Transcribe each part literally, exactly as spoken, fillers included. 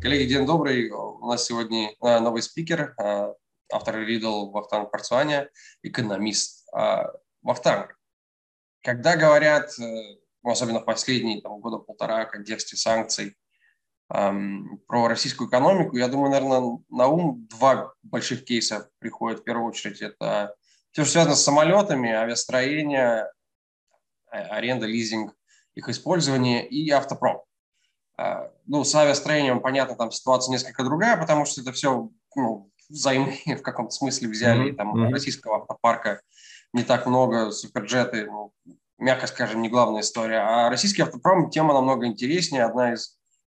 Коллеги, день добрый. У нас сегодня новый спикер, автор Riddle Вахтанг Парцуаня, экономист. Вахтанг, когда говорят, особенно в последние там, года полтора в контексте санкций, про российскую экономику, я думаю, наверное, на ум два больших кейса приходят в первую очередь. Это все, что связано с самолетами, авиастроение, аренда, лизинг, их использование и автопром. Ну, с авиастроением, понятно, там ситуация несколько другая, потому что это все ну, взаймы в каком-то смысле взяли, и там Mm-hmm. российского автопарка не так много, суперджеты, ну, мягко скажем, не главная история. А российский автопром тема намного интереснее, одна из,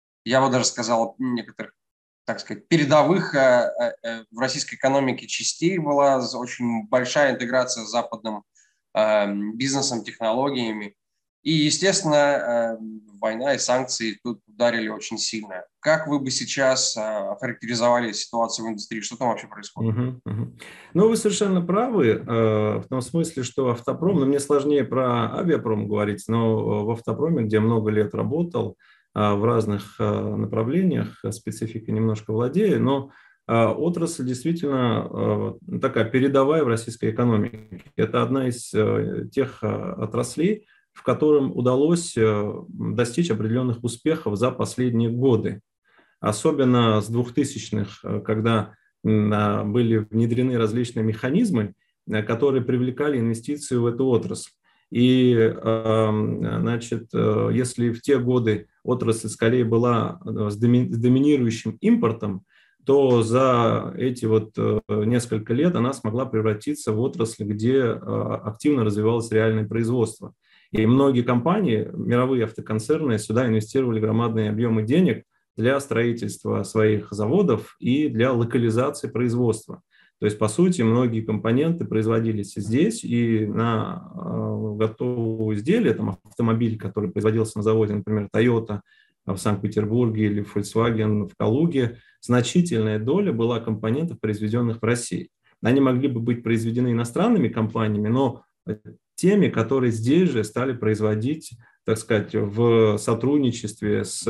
я бы даже сказал, некоторых, так сказать, передовых э, э, в российской экономике частей была очень большая интеграция с западным э, бизнесом, технологиями. И, естественно, война и санкции тут ударили очень сильно. Как вы бы сейчас охарактеризовали ситуацию в индустрии? Что там вообще происходит? Uh-huh, uh-huh. Ну, вы совершенно правы э, в том смысле, что автопром, ну, мне сложнее про авиапром говорить, но в автопроме, где много лет работал, э, в разных э, направлениях, спецификой немножко владею, но э, отрасль действительно э, такая передовая в российской экономике. Это одна из э, тех э, отраслей, в котором удалось э, достичь определенных успехов за последние годы. Особенно с двухтысячных, когда были внедрены различные механизмы, которые привлекали инвестиции в эту отрасль. И, значит, если в те годы отрасль скорее была с доминирующим импортом, то за эти вот несколько лет она смогла превратиться в отрасль, где активно развивалось реальное производство. И многие компании, мировые автоконцерны, сюда инвестировали громадные объемы денег для строительства своих заводов и для локализации производства. То есть, по сути, многие компоненты производились здесь, и на э, готовые изделия, там, автомобиль, который производился на заводе, например, Toyota в Санкт-Петербурге или Volkswagen в Калуге, значительная доля была компонентов, произведенных в России. Они могли бы быть произведены иностранными компаниями, но теми, которые здесь же стали производить, так сказать, в сотрудничестве с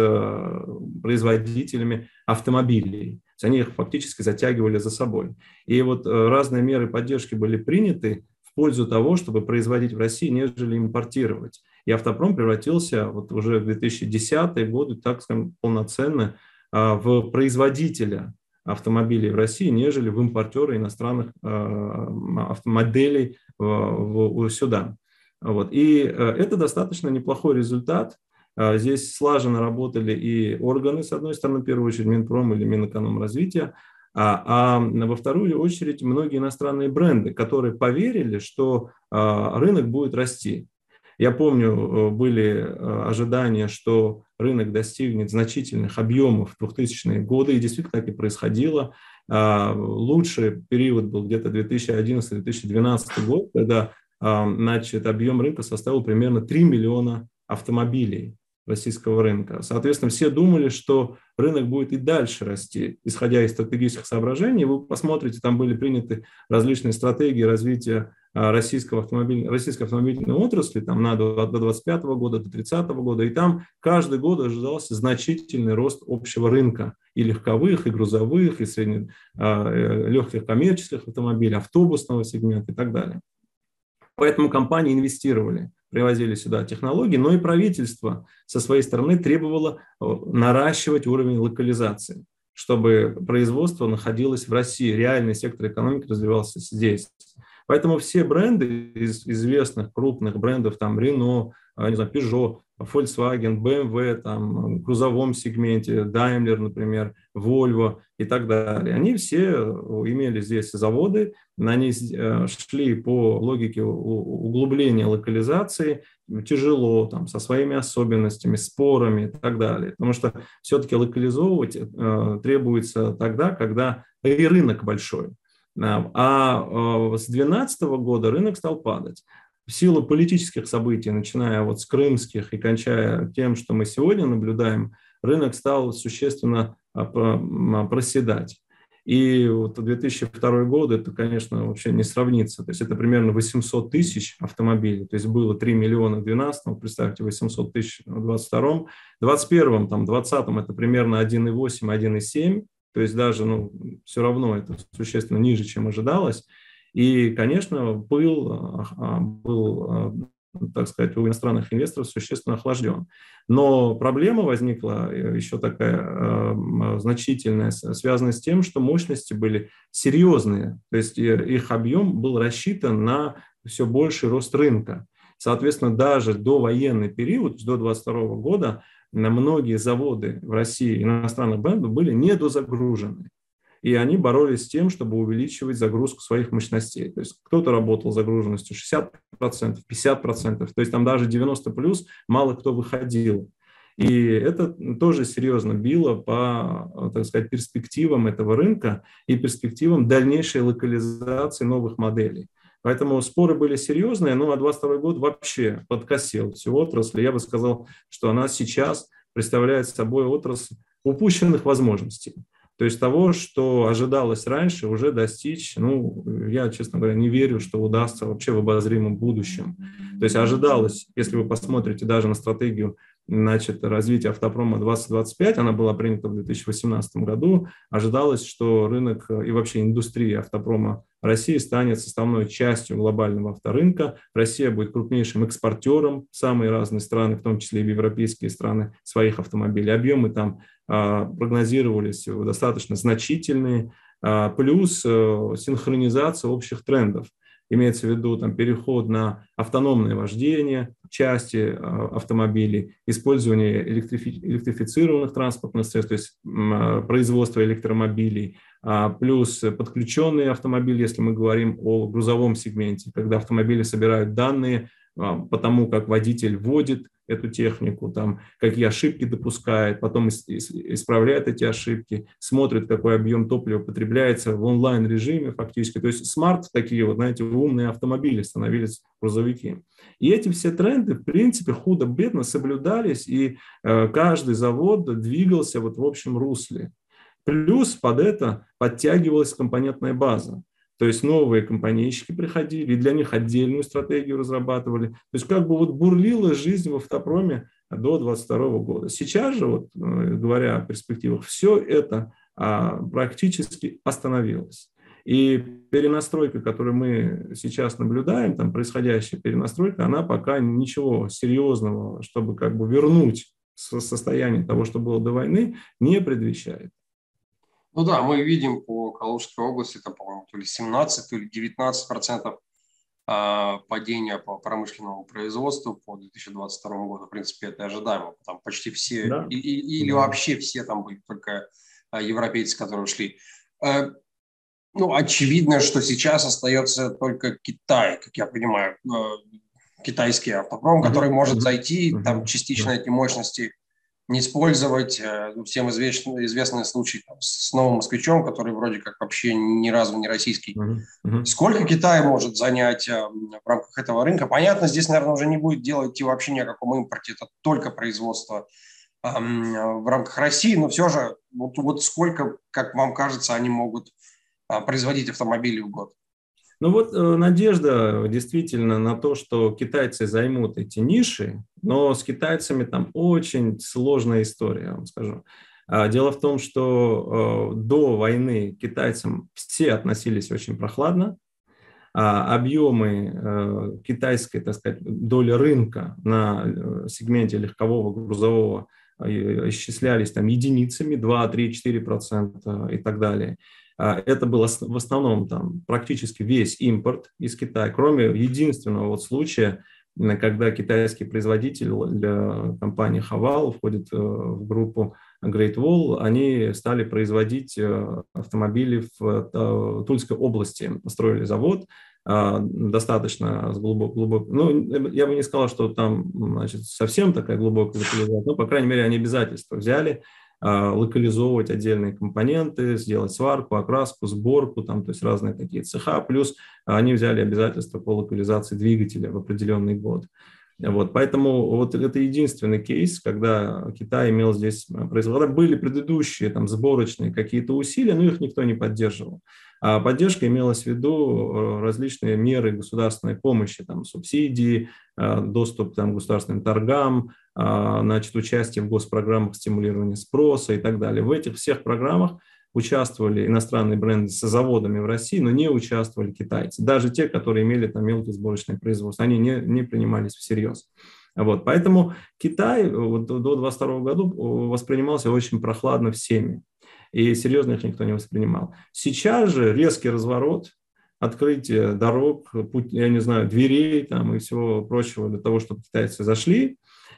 производителями автомобилей. Они их фактически затягивали за собой. И вот разные меры поддержки были приняты в пользу того, чтобы производить в России, нежели импортировать. И автопром превратился вот уже в две тысячи десятые годы, так скажем, полноценно в производителя автомобилей в России, нежели в импортера иностранных автомоделей сюда. Вот. И это достаточно неплохой результат. Здесь слаженно работали и органы, с одной стороны, в первую очередь Минпром или Минэкономразвития, а, а во вторую очередь многие иностранные бренды, которые поверили, что рынок будет расти. Я помню, были ожидания, что рынок достигнет значительных объемов в двухтысячные годы, и действительно так и происходило. Лучший период был где-то две тысячи одиннадцатый — две тысячи двенадцатый год, когда значит, объем рынка составил примерно три миллиона автомобилей российского рынка. Соответственно, все думали, что рынок будет и дальше расти, исходя из стратегических соображений. Вы посмотрите, там были приняты различные стратегии развития российского автомобиль, российской автомобильной отрасли там, на, до двадцать пятого года, до тридцатого года, и там каждый год ожидался значительный рост общего рынка и легковых, и грузовых, и средне, э, легких коммерческих автомобилей, автобусного сегмента и так далее. Поэтому компании инвестировали, привозили сюда технологии, но и правительство со своей стороны требовало наращивать уровень локализации, чтобы производство находилось в России, реальный сектор экономики развивался здесь. Поэтому все бренды из известных крупных брендов, там Renault, не знаю, Peugeot, Volkswagen, бэ эм вэ, там, в грузовом сегменте, Daimler, например, Volvo и так далее, они все имели здесь заводы, они шли по логике углубления локализации, тяжело, там, со своими особенностями, спорами и так далее. Потому что все-таки локализовывать э, требуется тогда, когда и рынок большой. А э, с две тысячи двенадцатого года рынок стал падать. В силу политических событий, начиная вот с крымских и кончая тем, что мы сегодня наблюдаем, рынок стал существенно проседать. И вот две тысячи второй год, это, конечно, вообще не сравнится. То есть это примерно восемьсот тысяч автомобилей. То есть было три миллиона в двенадцатом, представьте, восемьсот тысяч в двадцать втором. В двадцать первом, там, двадцатом это примерно один и восемь - один и семь. То есть даже, ну, все равно это существенно ниже, чем ожидалось. И, конечно, был, был, так сказать, у иностранных инвесторов существенно охлажден. Но проблема возникла еще такая э, значительная, связанная с тем, что мощности были серьезные. То есть их объем был рассчитан на все больший рост рынка. Соответственно, даже до военный период, до двадцать второго года, на многие заводы в России иностранных брендов были недозагружены. И они боролись с тем, чтобы увеличивать загрузку своих мощностей. То есть кто-то работал с загруженностью шестьдесят процентов, пятьдесят процентов, то есть там даже девяносто плюс мало кто выходил. И это тоже серьезно било по, так сказать, перспективам этого рынка и перспективам дальнейшей локализации новых моделей. Поэтому споры были серьезные, ну а двадцать второй год вообще подкосил всю отрасль. Я бы сказал, что она сейчас представляет собой отрасль упущенных возможностей. То есть того, что ожидалось раньше, уже достичь, ну, я, честно говоря, не верю, что удастся вообще в обозримом будущем. То есть ожидалось, если вы посмотрите даже на стратегию, значит, развития автопрома двадцать двадцать пять, она была принята в две тысячи восемнадцатом году, ожидалось, что рынок и вообще индустрия автопрома России станет составной частью глобального авторынка. Россия будет крупнейшим экспортером в самые разные страны, в том числе и в европейские страны, своих автомобилей. Объемы там а, прогнозировались достаточно значительные, а, плюс а, синхронизация общих трендов. Имеется в виду там, переход на автономное вождение части э, автомобилей, использование электрифи- электрифицированных транспортных средств, то есть э, производство электромобилей, э, плюс подключенные автомобили, если мы говорим о грузовом сегменте, когда автомобили собирают данные э, по тому, как водитель вводит эту технику, там, какие ошибки допускает, потом исправляет эти ошибки, смотрит, какой объем топлива потребляется в онлайн-режиме фактически. То есть смарт, такие вот, знаете, умные автомобили становились грузовики. И эти все тренды, в принципе, худо-бедно соблюдались, и э, каждый завод двигался вот в общем русле. Плюс под это подтягивалась компонентная база. То есть новые компанейщики приходили, и для них отдельную стратегию разрабатывали. То есть как бы вот бурлила жизнь в автопроме до двадцать второго года. Сейчас же, вот, говоря о перспективах, все это а, практически остановилось. И перенастройка, которую мы сейчас наблюдаем, там происходящая перенастройка, она пока ничего серьезного, чтобы как бы вернуть состояние того, что было до войны, не предвещает. Ну да, мы видим по Калужской области, там, по-моему, то ли семнадцать, то ли девятнадцать процентов падения по промышленному производству по две тысячи двадцать второму году. В принципе, это ожидаемо. Там почти все, да. и, и, или да. вообще все там были, только европейцы, которые ушли. Ну, очевидно, что сейчас остается только Китай, как я понимаю, китайский автопром, который mm-hmm. может зайти, mm-hmm. там частично mm-hmm. эти мощности не использовать. Всем известный, известный случай там, с новым москвичом, который вроде как вообще ни разу не российский. Mm-hmm. Сколько Китай может занять в рамках этого рынка? Понятно, здесь, наверное, уже не будет делать и вообще ни о каком импорте. Это только производство эм, в рамках России. Но все же, вот, вот сколько, как вам кажется, они могут э, производить автомобилей в год? Ну вот э, надежда действительно на то, что китайцы займут эти ниши, но с китайцами там очень сложная история, я вам скажу. А, дело в том, что э, до войны к китайцам все относились очень прохладно, а объемы э, китайской, так сказать, доли рынка на э, сегменте легкового грузового э, исчислялись там единицами, два, три, четыре процента и так далее. Это был в основном там, практически весь импорт из Китая, кроме единственного вот случая, когда китайский производитель для компании Haval входит в группу Great Wall, они стали производить автомобили в Тульской области, построили завод, достаточно глубоко, глубоко, ну, я бы не сказал, что там, значит, совсем такая глубокая локализация, но, по крайней мере, они обязательства взяли, локализовывать отдельные компоненты, сделать сварку, окраску, сборку, там, то есть разные такие цеха, плюс они взяли обязательства по локализации двигателя в определенный год. Вот, поэтому вот это единственный кейс, когда Китай имел здесь производство. Были предыдущие там, сборочные какие-то усилия, но их никто не поддерживал. А поддержка имелась в виду различные меры государственной помощи, там, субсидии, доступ там, к государственным торгам, значит, участие в госпрограммах стимулирования спроса и так далее. В этих всех программах участвовали иностранные бренды со заводами в России, но не участвовали китайцы. Даже те, которые имели там мелкие сборочные производства, они не, не принимались всерьез. Вот, поэтому Китай вот, до две тысячи двадцать второго года воспринимался очень прохладно всеми, и серьезно их никто не воспринимал. Сейчас же резкий разворот, открытие дорог, путь, я не знаю, дверей там, и всего прочего для того, чтобы китайцы зашли.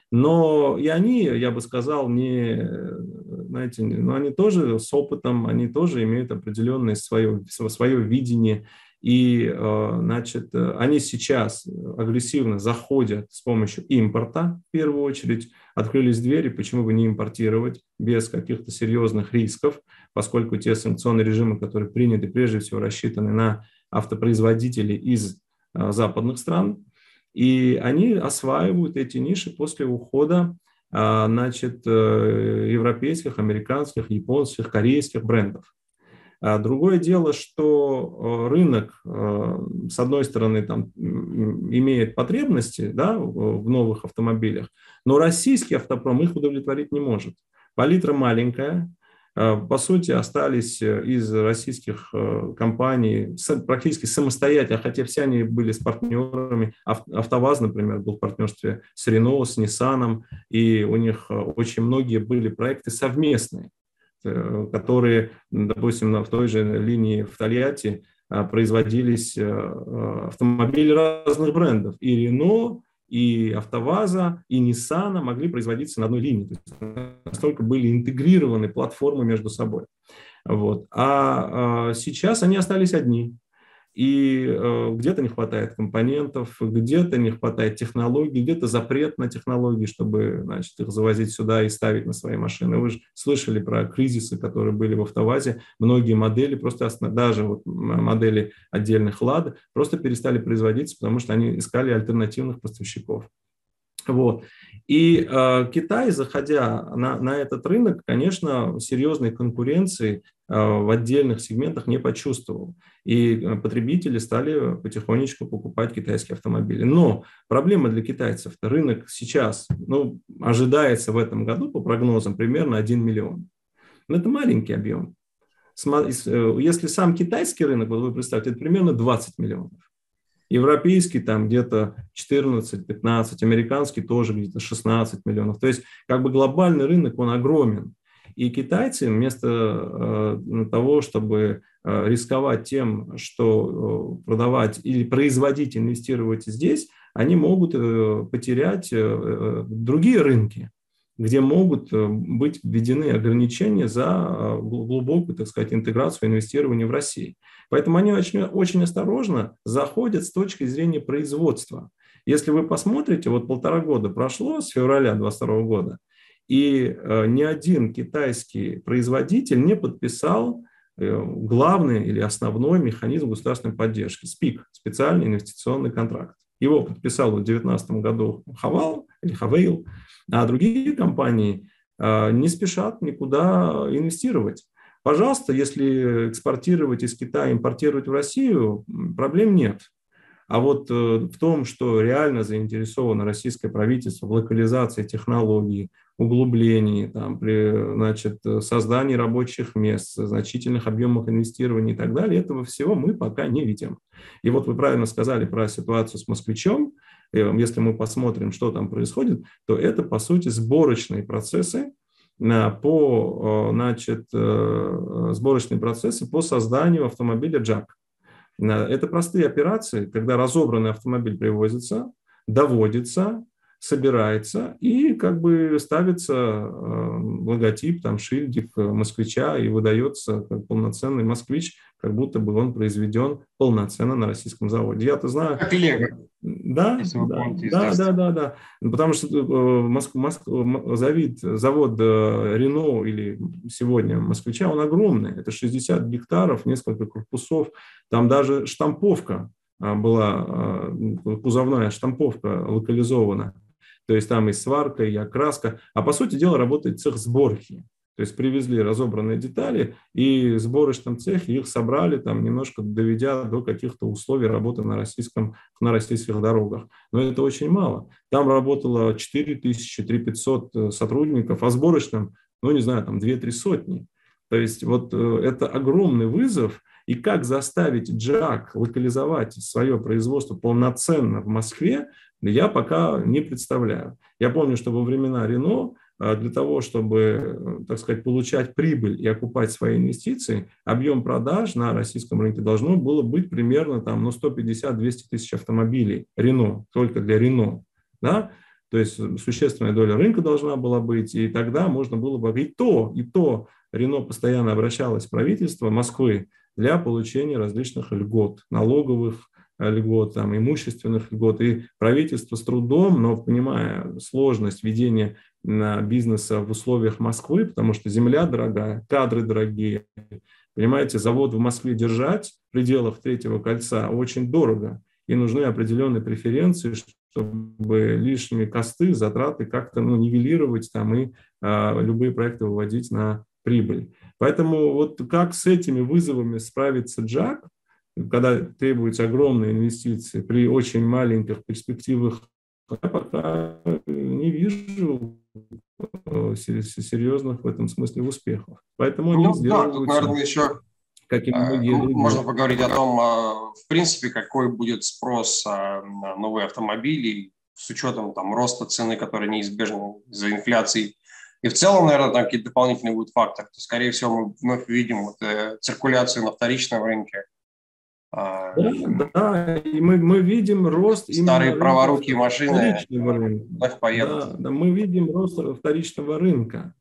Но и они, я бы сказал, не, знаете, но они тоже с опытом, они тоже имеют определенное свое, свое видение. И, значит, они сейчас агрессивно заходят с помощью импорта, в первую очередь. Открылись двери, почему бы не импортировать без каких-то серьезных рисков, поскольку те санкционные режимы, которые приняты, прежде всего рассчитаны на автопроизводителей из западных стран. И они осваивают эти ниши после ухода, значит, европейских, американских, японских, корейских брендов. Другое дело, что рынок, с одной стороны, там, имеет потребности, да, в новых автомобилях, но российский автопром их удовлетворить не может. Палитра маленькая. По сути, остались из российских компаний практически самостоятельно, хотя все они были с партнерами. АвтоВАЗ, например, был в партнерстве с Рено, с Ниссаном, и у них очень многие были проекты совместные, которые, допустим, в той же линии в Тольятти производились автомобили разных брендов. И Рено, и АвтоВАЗа, и Ниссана могли производиться на одной линии. То есть настолько были интегрированы платформы между собой. Вот. А, а сейчас они остались одни. И э, где-то не хватает компонентов, где-то не хватает технологий, где-то запрет на технологии, чтобы, значит, их завозить сюда и ставить на свои машины. Вы же слышали про кризисы, которые были в АвтоВАЗе. Многие модели, просто даже вот модели отдельных «Лада», просто перестали производиться, потому что они искали альтернативных поставщиков. Вот. И э, Китай, заходя на, на этот рынок, конечно, серьезной конкуренции э, в отдельных сегментах не почувствовал. И потребители стали потихонечку покупать китайские автомобили. Но проблема для китайцев, рынок сейчас, ну, ожидается в этом году, по прогнозам, примерно один миллион. Но это маленький объем. Если сам китайский рынок, вот вы представьте, это примерно двадцать миллионов. Европейский там где-то четырнадцать-пятнадцать, американский тоже где-то шестнадцать миллионов. То есть как бы глобальный рынок, он огромен. И китайцы вместо э, того, чтобы э, рисковать тем, что э, продавать или производить, инвестировать здесь, они могут э, потерять э, другие рынки, где могут быть введены ограничения за глубокую, так сказать, интеграцию инвестирования в России. Поэтому они очень, очень осторожно заходят с точки зрения производства. Если вы посмотрите, вот полтора года прошло с февраля две тысячи двадцать второго года, и ни один китайский производитель не подписал главный или основной механизм государственной поддержки, СПИК, специальный инвестиционный контракт. Его подписал в две тысячи девятнадцатом году Хавал или Хавейл, а другие компании не спешат никуда инвестировать. Пожалуйста, если экспортировать из Китая, импортировать в Россию, проблем нет. А вот в том, что реально заинтересовано российское правительство в локализации технологий, углублении, там, при, значит, создании рабочих мест, значительных объемах инвестирования и так далее, этого всего мы пока не видим. И вот вы правильно сказали про ситуацию с «Москвичом». Если мы посмотрим, что там происходит, то это, по сути, сборочные процессы, по, значит, сборочные процессы по созданию автомобиля джак. Это простые операции, когда разобранный автомобиль привозится, доводится, собирается и как бы ставится логотип, там, шильдик «Москвича» и выдается как полноценный «Москвич», как будто бы он произведен полноценно на российском заводе. Я-то знаю... Как Лего. Да, да, да, да, да, да. Потому что Моск... Моск... завид, завод Рено или сегодня «Москвича», он огромный. Это шестьдесят гектаров, несколько корпусов. Там даже штамповка была кузовная штамповка локализована. То есть там и сварка, и окраска. А по сути дела работает цех сборки. То есть привезли разобранные детали, и в сборочном цехе их собрали, там, немножко доведя до каких-то условий работы на, российском, на российских дорогах. Но это очень мало. Там работало четыре тысячи, три тысячи пятьсот сотрудников, а в сборочном, ну, не знаю, там две-три сотни. То есть вот это огромный вызов. И как заставить джак локализовать свое производство полноценно в Москве, я пока не представляю. Я помню, что во времена Рено для того, чтобы, так сказать, получать прибыль и окупать свои инвестиции, объем продаж на российском рынке должно было быть примерно там, ну, сто пятьдесят - двести тысяч автомобилей Рено, только для Рено. Да? То есть существенная доля рынка должна была быть, и тогда можно было бы... И то, и то Рено постоянно обращалось в правительство Москвы для получения различных льгот, налоговых льгот, там, имущественных льгот. И правительство с трудом, но понимая сложность ведения бизнеса в условиях Москвы, потому что земля дорогая, кадры дорогие, понимаете, завод в Москве держать в пределах третьего кольца очень дорого, и нужны определенные преференции, чтобы лишними косты, затраты как-то, ну, нивелировать там, и а, любые проекты выводить на прибыль. Поэтому вот как с этими вызовами справится джак, когда требуются огромные инвестиции при очень маленьких перспективах, я пока не вижу серьезных в этом смысле успехов. Поэтому они ну, сделают, да, тут, наверное, еще как и многие можно другие. поговорить о том, в принципе, какой будет спрос на новые автомобили с учетом там, роста цены, который неизбежен из-за инфляции. И в целом, наверное, там какие-то дополнительные будут факторы. То, скорее всего, мы вновь увидим вот, э, циркуляцию на вторичном рынке. Да, да, и мы, мы видим рост Старые именно праворукие машины вторичного рынка. вновь поедут. Да, да, мы видим рост вторичного рынка,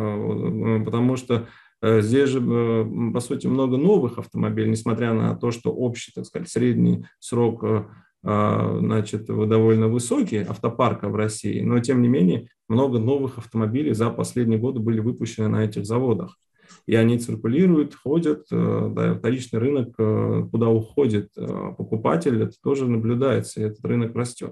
потому что здесь же, по сути, много новых автомобилей, несмотря на то, что общий, так сказать, средний срок, значит, довольно высокий автопарка в России, но, тем не менее, много новых автомобилей за последние годы были выпущены на этих заводах. И они циркулируют, ходят, да, вторичный рынок, куда уходит покупатель, это тоже наблюдается, и этот рынок растет.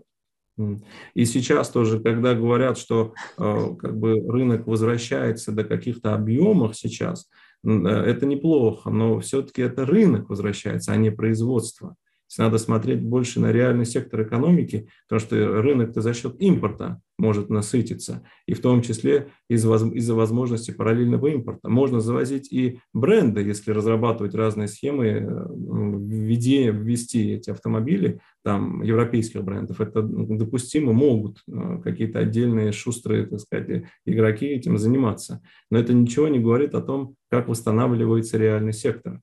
И сейчас тоже, когда говорят, что как бы рынок возвращается до каких-то объемов сейчас, это неплохо, но все-таки это рынок возвращается, а не производство. Надо смотреть больше на реальный сектор экономики, потому что рынок-то за счет импорта может насытиться, и в том числе из-за из-за возможности параллельного импорта. Можно завозить и бренды, если разрабатывать разные схемы, введи, ввести эти автомобили, там, европейских брендов. Это допустимо, могут какие-то отдельные шустрые, так сказать, игроки этим заниматься. Но это ничего не говорит о том, как восстанавливается реальный сектор.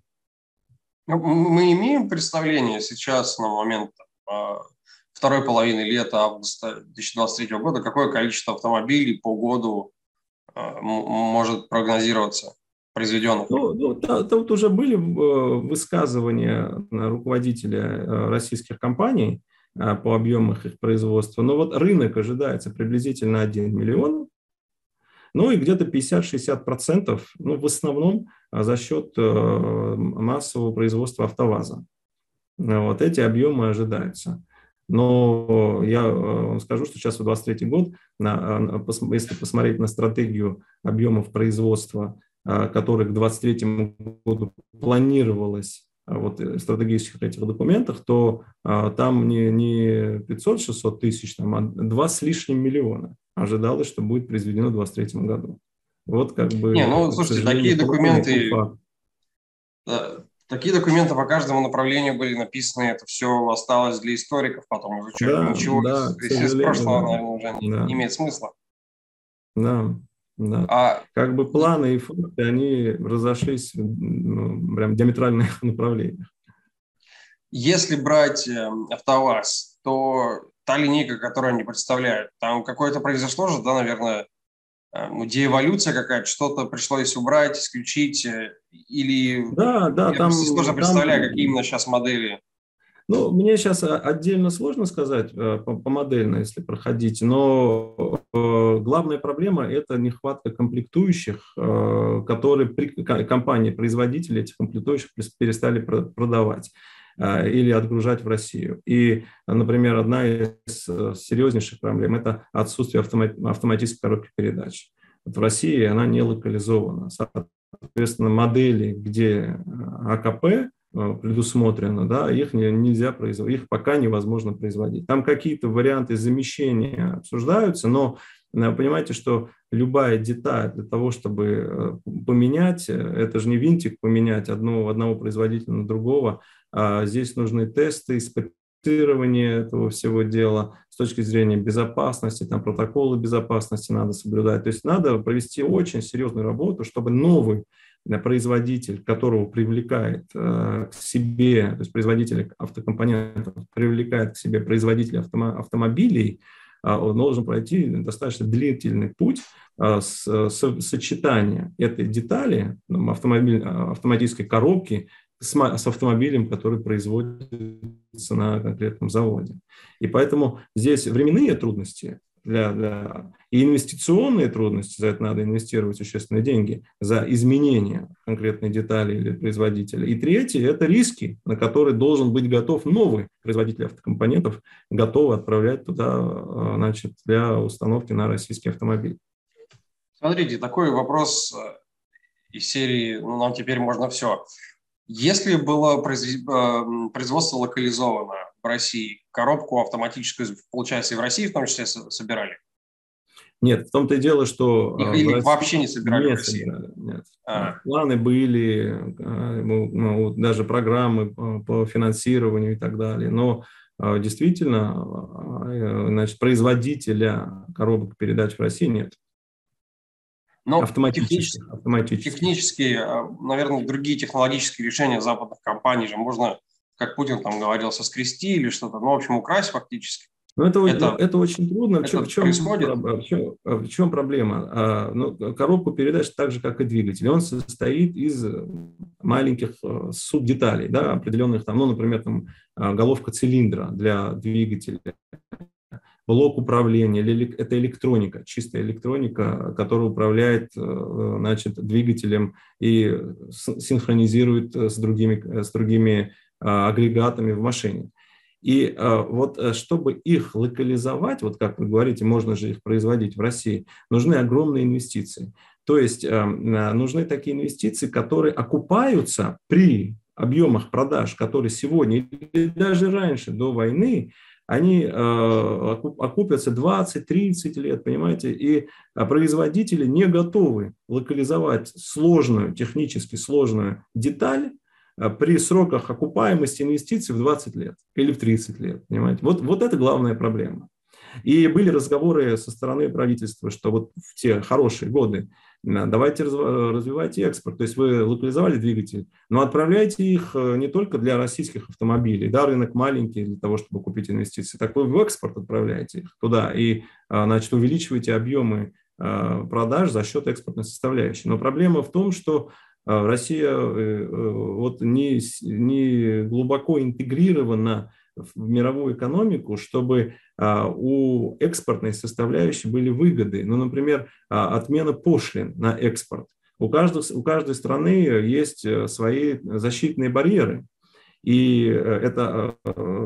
Мы имеем представление сейчас на момент второй половины лета, августа две тысячи двадцать третьего года, какое количество автомобилей по году может прогнозироваться произведенных? Ну, ну, тут уже были высказывания руководителя российских компаний по объемам их производства, но вот рынок ожидается приблизительно один миллион. Ну и где-то пятьдесят-шестьдесят процентов, ну, в основном за счет массового производства АвтоВАЗа. Вот эти объемы ожидаются. Но я вам скажу, что сейчас в двадцать третий год, если посмотреть на стратегию объемов производства, которая к двадцать третьему году планировалась вот, в стратегических этих документах, то там не, не пятьсот-шестьсот тысяч, там, а два с лишним миллиона ожидалось, что будет произведено в двадцать третьем году. Вот как бы... Не, ну, слушайте, такие документы, да, такие документы по каждому направлению были написаны, это все осталось для историков потом изучать. Да, Ничего да, из, из прошлого, да, наверное, уже не, да. не имеет смысла. Да, да. А... Как бы планы и факты, они разошлись, ну, прям в диаметральных направлениях. Если брать АвтоВАЗ, то та линейка, которую они представляют, там какое-то произошло же, да, наверное, ну, деэволюция какая-то, что-то пришлось убрать, исключить, или да, да, я там, сложно там... представляю, какие именно сейчас модели. Ну, мне сейчас отдельно сложно сказать, помодельно, если проходить, но главная проблема – это нехватка комплектующих, которые компании-производители этих комплектующих перестали продавать. или отгружать в Россию. И, например, одна из серьезнейших проблем – это отсутствие автоматической коробки передач. Вот в России она не локализована. Соответственно, модели, где АКП предусмотрено, да, их нельзя производить, их пока невозможно производить. Там какие-то варианты замещения обсуждаются, но понимаете, что любая деталь для того, чтобы поменять, это же не винтик поменять одного, одного производителя на другого, а здесь нужны тесты, испытания этого всего дела с точки зрения безопасности, там протоколы безопасности надо соблюдать. То есть надо провести очень серьезную работу, чтобы новый производитель, которого привлекает э, к себе, то есть производитель автокомпонентов привлекает к себе производителя автомо- автомобилей, э, он должен пройти достаточно длительный путь э, с, с, сочетания этой детали, автомобиль, автоматической коробки с, с автомобилем, который производится на конкретном заводе. И поэтому здесь временные трудности, Для, для, и инвестиционные трудности, за это надо инвестировать существенные деньги, за изменение конкретной детали или производителя. И третье – это риски, на которые должен быть готов новый производитель автокомпонентов, готовый отправлять туда, значит, для установки на российский автомобиль. Смотрите, такой вопрос из серии «Ну, нам теперь можно все». Если было производство локализовано в России, коробку автоматическую, получается, и в России в том числе собирали? Нет, в том-то и дело, что... Или их вообще не собирали не в России? Собирали, нет. А. Планы были, ну, даже программы по финансированию и так далее, но действительно, значит, производителя коробок передач в России нет. Но автоматически, технически, автоматически. технически, наверное, другие технологические решения западных компаний же можно, как Путин там говорил, соскрести или что-то, ну, в общем, украсть фактически. Ну, это, это, это очень трудно. Это в, чем, происходит? В, чем, в чем проблема? А, ну, коробку передач так же, как и двигатель. Он состоит из маленьких субдеталей, да, определенных, там, ну, например, там, головка цилиндра для двигателя, блок управления, это электроника, чистая электроника, которая управляет, значит, двигателем и синхронизирует с другими, с другими агрегатами в машине. И вот чтобы их локализовать, вот как вы говорите, можно же их производить в России, нужны огромные инвестиции. То есть нужны такие инвестиции, которые окупаются при объемах продаж, которые сегодня или даже раньше, до войны, они окупятся двадцать-тридцать лет, понимаете, и производители не готовы локализовать сложную, технически сложную деталь при сроках окупаемости инвестиций в двадцать лет или в тридцать лет, понимаете. Вот, вот это главная проблема. И были разговоры со стороны правительства, что вот в те хорошие годы давайте развивайте экспорт. То есть вы локализовали двигатель, но отправляйте их не только для российских автомобилей, да, рынок маленький для того, чтобы купить инвестиции, так вы в экспорт отправляете их туда и, значит, увеличиваете объемы продаж за счет экспортной составляющей. Но проблема в том, что Россия вот не, не глубоко интегрирована в мировую экономику, чтобы у экспортной составляющей были выгоды. Ну, например, отмена пошлин на экспорт. У каждой, у каждой страны есть свои защитные барьеры. И это,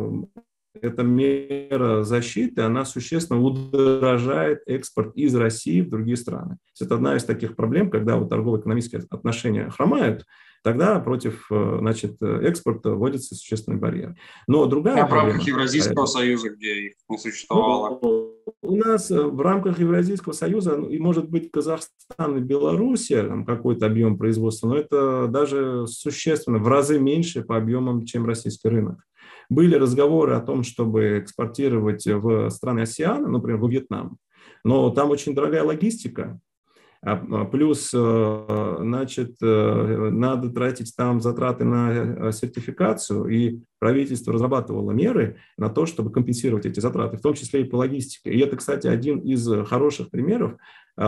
эта мера защиты, она существенно удорожает экспорт из России в другие страны. Это одна из таких проблем, когда вот торгово-экономические отношения хромают, тогда против, значит, экспорта вводится существенный барьер. Но другая а проблема... в рамках Евразийского союза, где их не существовало? Ну, у нас в рамках Евразийского союза, и, может быть, Казахстан и Белоруссия, там какой-то объем производства, но это даже существенно, в разы меньше по объемам, чем российский рынок. Были разговоры о том, чтобы экспортировать в страны АСЕАНа, например, во Вьетнам, но там очень дорогая логистика. Плюс, значит, надо тратить там затраты на сертификацию, и правительство разрабатывало меры на то, чтобы компенсировать эти затраты, в том числе и по логистике. И это, кстати, один из хороших примеров,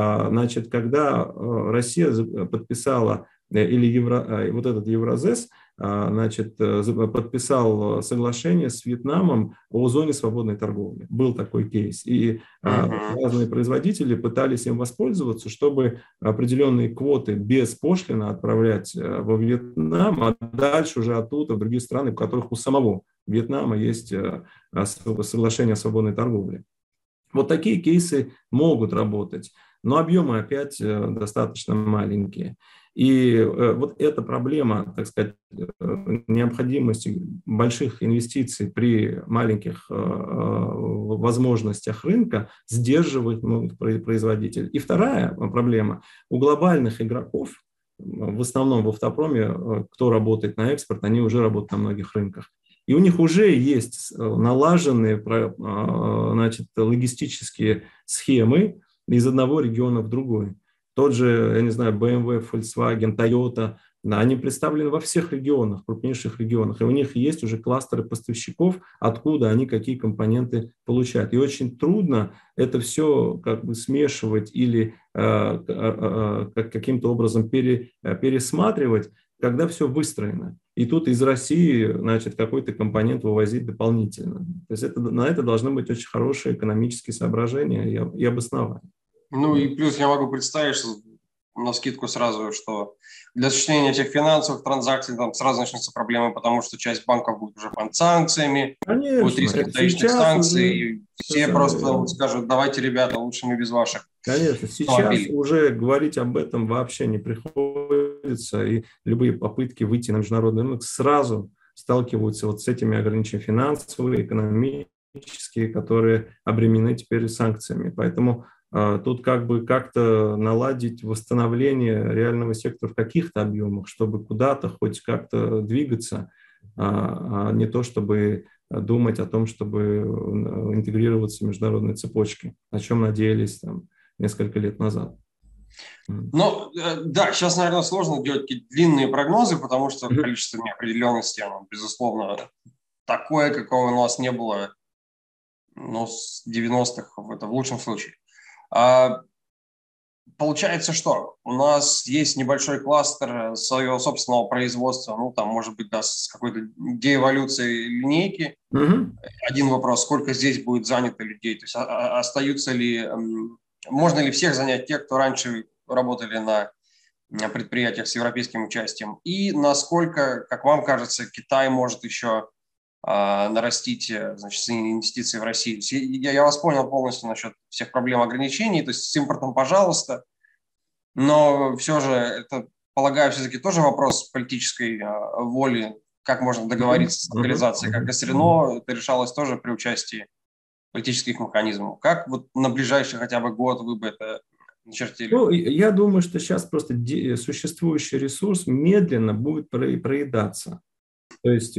значит, когда Россия подписала или Евро, вот этот Евразес, значит, подписал соглашение с Вьетнамом о зоне свободной торговли. Был такой кейс. И uh-huh. разные производители пытались им воспользоваться, чтобы определенные квоты беспошлино отправлять во Вьетнам, а дальше уже оттуда в другие страны, в которых у самого Вьетнама есть соглашение о свободной торговле. Вот такие кейсы могут работать, но объемы опять достаточно маленькие. И вот эта проблема, так сказать, необходимости больших инвестиций при маленьких возможностях рынка сдерживает многих производителей. И вторая проблема у глобальных игроков, в основном в автопроме, кто работает на экспорт, они уже работают на многих рынках. И у них уже есть налаженные, значит, логистические схемы из одного региона в другой. Тот же, я не знаю, бэ эм вэ, Volkswagen, Toyota, они представлены во всех регионах, крупнейших регионах. И у них есть уже кластеры поставщиков, откуда они какие компоненты получают. И очень трудно это все как бы смешивать или э, э, э, каким-то образом пере, пересматривать, когда все выстроено. И тут из России, значит, какой-то компонент вывозить дополнительно. То есть это, на это должны быть очень хорошие экономические соображения и, и обоснования. Ну и плюс я могу представить, что навскидку сразу, что для осуществления этих финансовых транзакций там сразу начнутся проблемы, потому что часть банков будет уже под санкциями, Конечно, будет риск вторичных санкций, уже... и все просто вот скажут, давайте, ребята, лучше мы без ваших. Конечно, сейчас уже говорить об этом вообще не приходится, и любые попытки выйти на международный рынок сразу сталкиваются вот с этими ограничениями финансовые, экономические, которые обременены теперь санкциями. Поэтому тут как бы как-то наладить восстановление реального сектора в каких-то объемах, чтобы куда-то хоть как-то двигаться, а не то, чтобы думать о том, чтобы интегрироваться в международные цепочки, о чем надеялись там несколько лет назад. Ну, да, сейчас, наверное, сложно делать какие-то длинные прогнозы, потому что количество неопределенности, оно, безусловно, такое, какого у нас не было, ну, с девяностых, это в лучшем случае. А, получается, что у нас есть небольшой кластер своего собственного производства, ну, там, может быть, да, с какой-то деэволюцией линейки. Mm-hmm. Один вопрос, сколько здесь будет занято людей, то есть а, остаются ли, можно ли всех занять тех, кто раньше работали на, на предприятиях с европейским участием, и насколько, как вам кажется, Китай может еще нарастить, значит, инвестиции в Россию. Я, я вас понял полностью насчет всех проблем ограничений, то есть с импортом, пожалуйста, но все же это, полагаю, все-таки тоже вопрос политической воли, как можно договориться с локализацией, как и Рено, это решалось тоже при участии политических механизмов. Как вот на ближайший хотя бы год вы бы это начертили? Ну, я думаю, что сейчас просто существующий ресурс медленно будет проедаться. То есть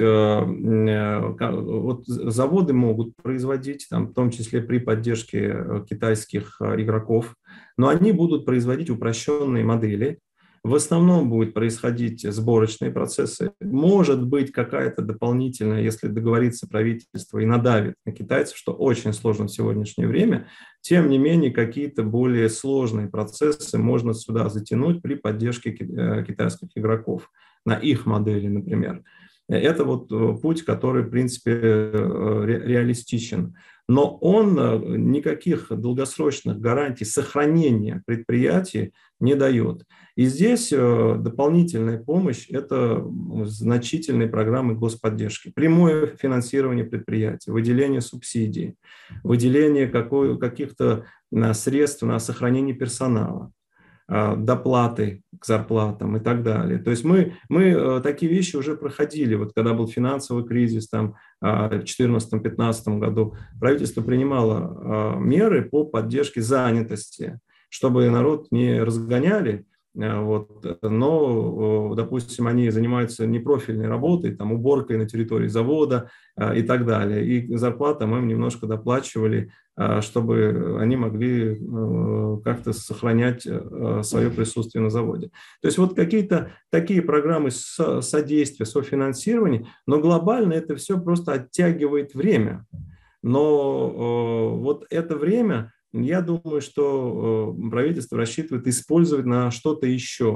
вот заводы могут производить, там, в том числе при поддержке китайских игроков, но они будут производить упрощенные модели. В основном будут происходить сборочные процессы. Может быть, какая-то дополнительная, если договорится правительство и надавит на китайцев, что очень сложно в сегодняшнее время, тем не менее какие-то более сложные процессы можно сюда затянуть при поддержке китайских игроков на их модели, например. Это вот путь, который, в принципе, реалистичен. Но он никаких долгосрочных гарантий сохранения предприятий не дает. И здесь дополнительная помощь – это значительные программы господдержки, прямое финансирование предприятий, выделение субсидий, выделение каких-то средств на сохранение персонала, доплаты к зарплатам и так далее. То есть мы, мы такие вещи уже проходили. Вот когда был финансовый кризис там, в две тысячи четырнадцатом-две тысячи пятнадцатом году, правительство принимало меры по поддержке занятости, чтобы народ не разгоняли. Вот. Но, допустим, они занимаются непрофильной работой, там, уборкой на территории завода и так далее. И зарплату мы им немножко доплачивали, чтобы они могли как-то сохранять свое присутствие на заводе. То есть вот какие-то такие программы содействия, софинансирования, но глобально это все просто оттягивает время. Но вот это время, я думаю, что правительство рассчитывает использовать на что-то еще.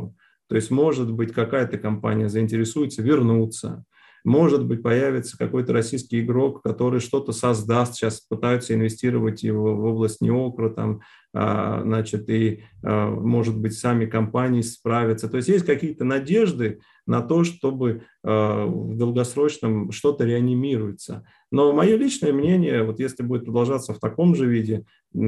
То есть, может быть, какая-то компания заинтересуется вернуться, может быть, появится какой-то российский игрок, который что-то создаст, сейчас пытаются инвестировать его в область неокра, там, а, значит, и, а, может быть, сами компании справятся. То есть есть какие-то надежды на то, чтобы а, в долгосрочном что-то реанимируется. Но мое личное мнение, вот если будет продолжаться в таком же виде,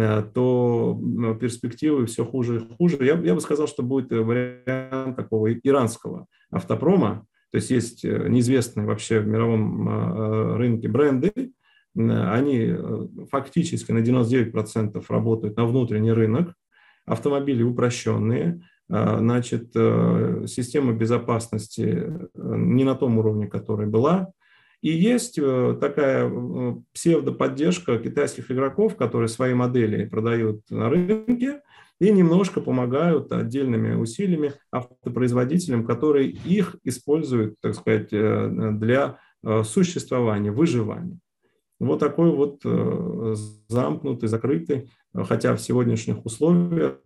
то перспективы все хуже и хуже. Я, я бы сказал, что будет вариант такого иранского автопрома. То есть есть неизвестные вообще в мировом рынке бренды, они фактически на девяносто девять процентов работают на внутренний рынок, автомобили упрощенные, значит, система безопасности не на том уровне, который была. И есть такая псевдоподдержка китайских игроков, которые свои модели продают на рынке и немножко помогают отдельными усилиями автопроизводителям, которые их используют, так сказать, для существования, выживания. Вот такой вот замкнутый, закрытый, хотя в сегодняшних условиях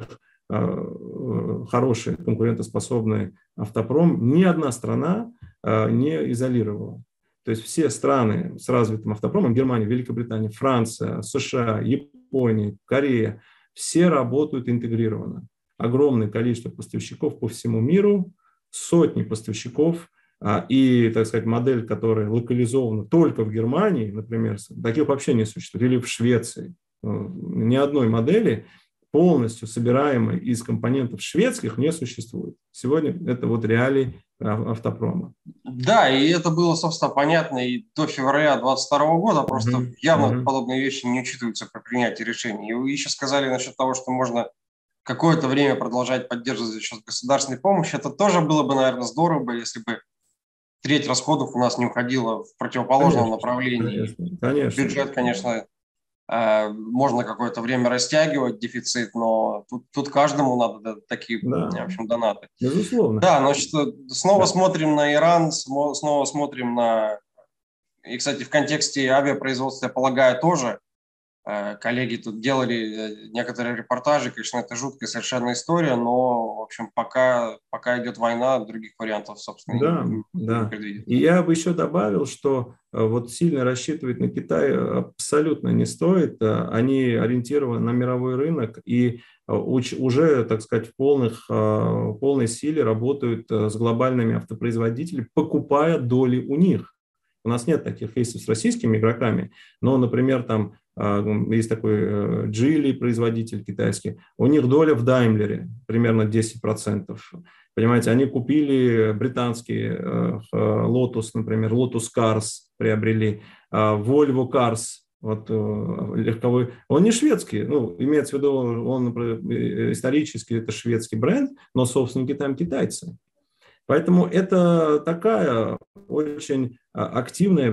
хороший, конкурентоспособный автопром ни одна страна не изолировала. То есть все страны с развитым автопромом, Германия, Великобритания, Франция, США, Япония, Корея, все работают интегрированно. Огромное количество поставщиков по всему миру, сотни поставщиков, и, так сказать, модель, которая локализована только в Германии, например, таких вообще не существует, или в Швеции. Ни одной модели, полностью собираемой из компонентов шведских, не существует. Сегодня это вот реалии автопрома. Да, и это было, собственно, понятно и до февраля двадцать второго года, просто mm-hmm. явно mm-hmm. подобные вещи не учитываются при принятии решений. И вы еще сказали насчет того, что можно какое-то время продолжать поддерживать за счет государственной помощи. Это тоже было бы, наверное, здорово, если бы треть расходов у нас не уходила в противоположном конечно, направлении. Конечно, конечно. Бюджет, конечно, можно какое-то время растягивать дефицит, но тут, тут каждому надо такие, да. в общем, донаты. Безусловно. Да, значит, снова да. смотрим на Иран, снова смотрим на... И, кстати, в контексте авиапроизводства, я полагаю, тоже коллеги тут делали некоторые репортажи, конечно, это жуткая совершенно история, но, в общем, пока, пока идет война, других вариантов, собственно, да, не, да. не предвидится. И я бы еще добавил, что вот сильно рассчитывать на Китай абсолютно не стоит. Они ориентированы на мировой рынок и уже, так сказать, в полных, в полной силе работают с глобальными автопроизводителями, покупая доли у них. У нас нет таких кейсов с российскими игроками, но, например, там есть такой Geely, производитель китайский, у них доля в Daimler примерно десять процентов. Понимаете, они купили британский Lotus, например, Lotus Cars приобрели, Volvo Cars, вот легковой, он не шведский, ну, имеется в виду, он исторически это шведский бренд, но собственники там китайцы. Поэтому это такая очень активная,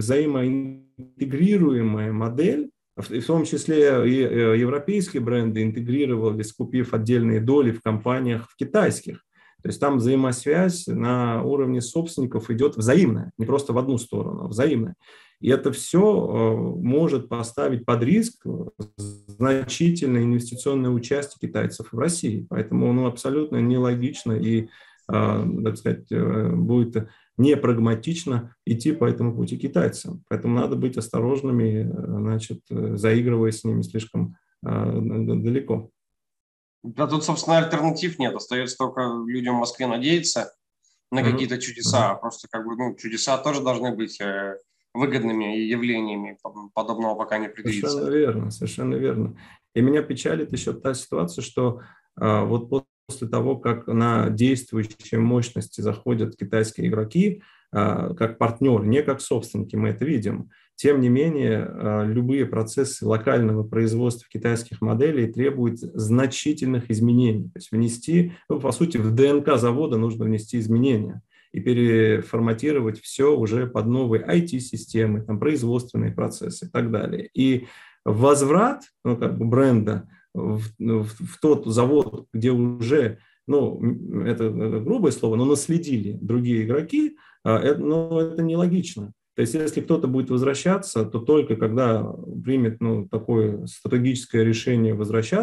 взаимоинтегрируемая модель, в том числе и европейские бренды интегрировались, купив отдельные доли в компаниях в китайских. То есть там взаимосвязь на уровне собственников идет взаимная, не просто в одну сторону, а взаимная. И это все может поставить под риск значительное инвестиционное участие китайцев в России. Поэтому ну, абсолютно нелогично и, так сказать, будет непрагматично идти по этому пути китайцам. Поэтому надо быть осторожными, значит, заигрывая с ними слишком далеко. Да, тут, собственно, альтернатив нет. Остается только людям в Москве надеяться на какие-то mm-hmm. чудеса. Mm-hmm. Просто как бы, ну, чудеса тоже должны быть выгодными явлениями. Подобного пока не предвидится. Совершенно верно, совершенно верно. И меня печалит еще та ситуация, что а, вот после того, как на действующие мощности заходят китайские игроки, а, как партнер, не как собственники, мы это видим. Тем не менее, а, любые процессы локального производства китайских моделей требуют значительных изменений. То есть внести, ну, по сути, в ДНК завода нужно внести изменения и переформатировать все уже под новые ай ти-системы, там, производственные процессы и так далее. И возврат, ну, как бы бренда в, в, в тот завод, где уже, ну, это, это грубое слово, но наследили другие игроки, это, ну, это нелогично. То есть если кто-то будет возвращаться, то только когда примет ну, такое стратегическое решение возвращаться,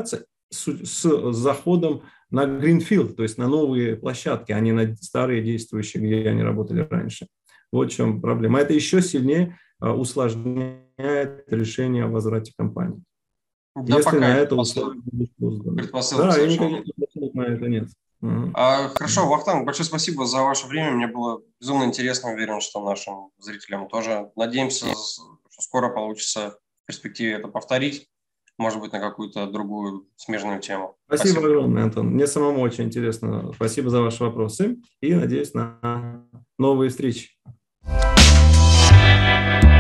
с, с заходом на Greenfield, то есть на новые площадки, а не на старые действующие, где они работали раньше. Вот в чем проблема. Это еще сильнее усложняет решение о возврате компании. Да, если пока на это это условие будут созданы. предпосылок Да, и совершенно. никаких предпосылок на это нет. Угу. А, хорошо, Вахтанг, большое спасибо за ваше время. Мне было безумно интересно, уверен, что нашим зрителям тоже. Надеемся, что скоро получится в перспективе это повторить, может быть, на какую-то другую смежную тему. Спасибо, Спасибо огромное, Антон. Мне самому очень интересно. Спасибо за ваши вопросы и надеюсь на новые встречи.